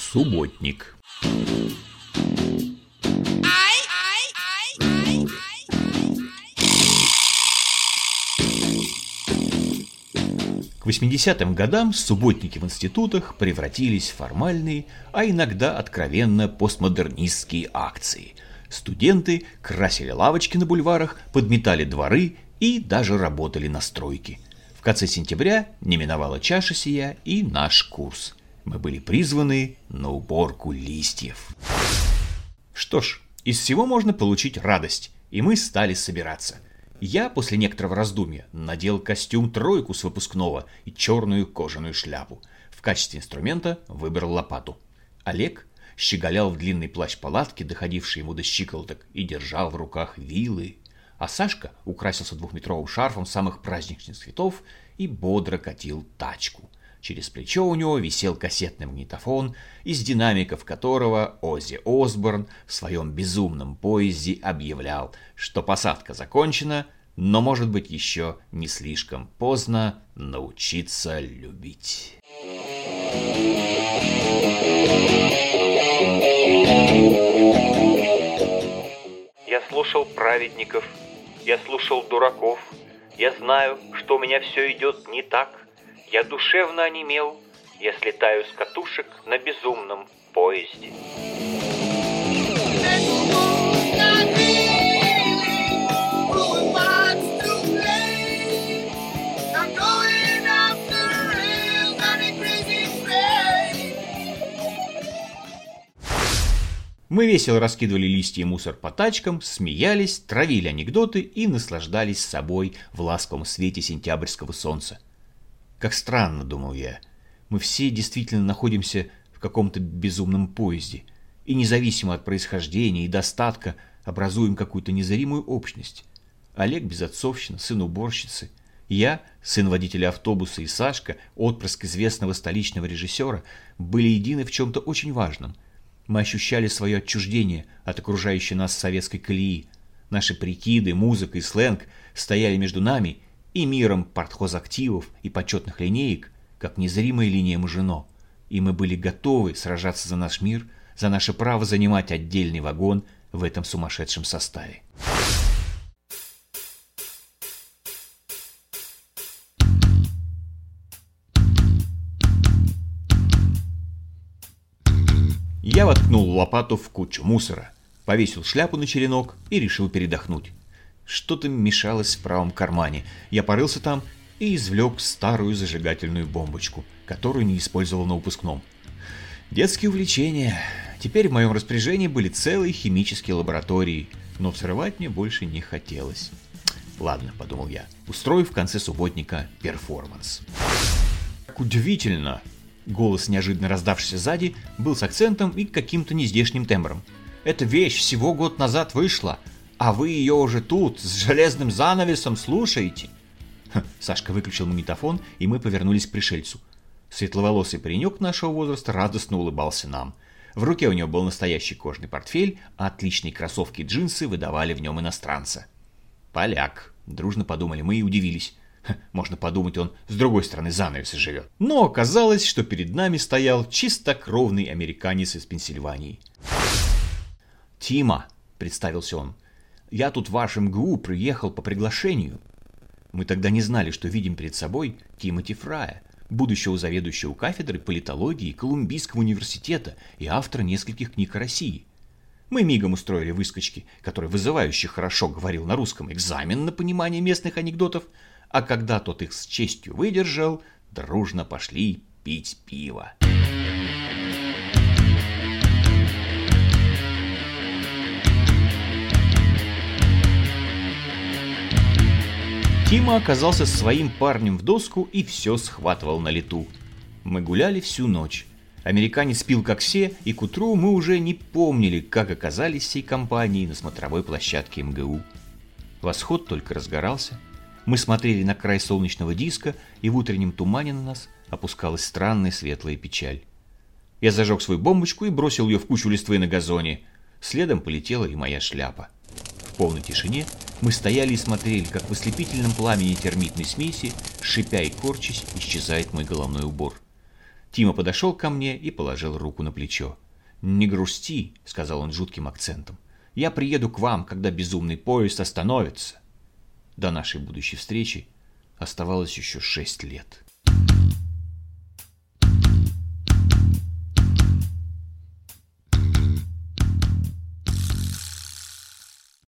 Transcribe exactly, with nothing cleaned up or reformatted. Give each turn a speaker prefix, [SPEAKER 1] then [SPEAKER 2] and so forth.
[SPEAKER 1] Субботник. К восьмидесятым годам субботники в институтах превратились в формальные, а иногда откровенно постмодернистские акции. Студенты красили лавочки на бульварах, подметали дворы и даже работали на стройке. В конце сентября не миновала чаша сия и наш курс. Мы были призваны на уборку листьев. Что ж, из всего можно получить радость, и мы стали собираться. Я после некоторого раздумья надел костюм-тройку с выпускного и черную кожаную шляпу. В качестве инструмента выбрал лопату. Олег щеголял в длинный плащ палатки, доходивший ему до щиколоток, и держал в руках вилы. А Сашка украсился двухметровым шарфом самых праздничных цветов и бодро катил тачку. Через плечо у него висел кассетный магнитофон, из динамиков которого Оззи Осборн в своем безумном поезде объявлял, что посадка закончена, но, может быть, еще не слишком поздно научиться любить.
[SPEAKER 2] Я слушал праведников, я слушал дураков, я знаю, что у меня все идет не так. Я душевно онемел, я слетаю с катушек на безумном поезде.
[SPEAKER 1] Мы весело раскидывали листья и мусор по тачкам, смеялись, травили анекдоты и наслаждались собой в ласковом свете сентябрьского солнца. Как странно, думал я, мы все действительно находимся в каком-то безумном поезде и независимо от происхождения и достатка образуем какую-то незримую общность. Олег безотцовщина, сын уборщицы, я, сын водителя автобуса, и Сашка, отпрыск известного столичного режиссера, были едины в чем-то очень важном. Мы ощущали свое отчуждение от окружающей нас советской колеи. Наши прикиды, музыка и сленг стояли между нами и миром партхозактивов и почетных линеек, как незримая линия Мажино, и мы были готовы сражаться за наш мир, за наше право занимать отдельный вагон в этом сумасшедшем составе. Я воткнул лопату в кучу мусора, повесил шляпу на черенок и решил передохнуть. Что-то мешалось в правом кармане. Я порылся там и извлек старую зажигательную бомбочку, которую не использовал на выпускном. Детские увлечения. Теперь в моем распоряжении были целые химические лаборатории, но взрывать мне больше не хотелось. Ладно, подумал я, устрою в конце субботника перформанс. Как удивительно! Голос, неожиданно раздавшийся сзади, был с акцентом и каким-то нездешним тембром. Эта вещь всего год назад вышла, а вы ее уже тут, с железным занавесом, слушаете? Ха, Сашка выключил магнитофон, и мы повернулись к пришельцу. Светловолосый паренек нашего возраста радостно улыбался нам. В руке у него был настоящий кожаный портфель, а отличные кроссовки и джинсы выдавали в нем иностранца. «Поляк», — дружно подумали мы и удивились. Ха, можно подумать, он с другой стороны занавеса живет. Но оказалось, что перед нами стоял чистокровный американец из Пенсильвании. «Тима», — представился он, — «я тут в ваш МГУ приехал по приглашению». Мы тогда не знали, что видим перед собой Тимоти Фрая, будущего заведующего кафедрой политологии Колумбийского университета и автора нескольких книг о России. Мы мигом устроили выскочки, который вызывающе хорошо говорил на русском, экзамен на понимание местных анекдотов, а когда тот их с честью выдержал, дружно пошли пить пиво. Тима оказался своим парнем в доску и все схватывал на лету. Мы гуляли всю ночь. Американец пил как все, и к утру мы уже не помнили, как оказались всей компанией на смотровой площадке МГУ. Восход только разгорался. Мы смотрели на край солнечного диска, и в утреннем тумане на нас опускалась странная светлая печаль. Я зажег свою бомбочку и бросил ее в кучу листвы на газоне. Следом полетела и моя шляпа. В полной тишине мы стояли и смотрели, как в ослепительном пламени термитной смеси, шипя и корчась, исчезает мой головной убор. Тима подошел ко мне и положил руку на плечо. «Не грусти», — сказал он жутким акцентом. «Я приеду к вам, когда безумный поезд остановится». До нашей будущей встречи оставалось еще шесть лет.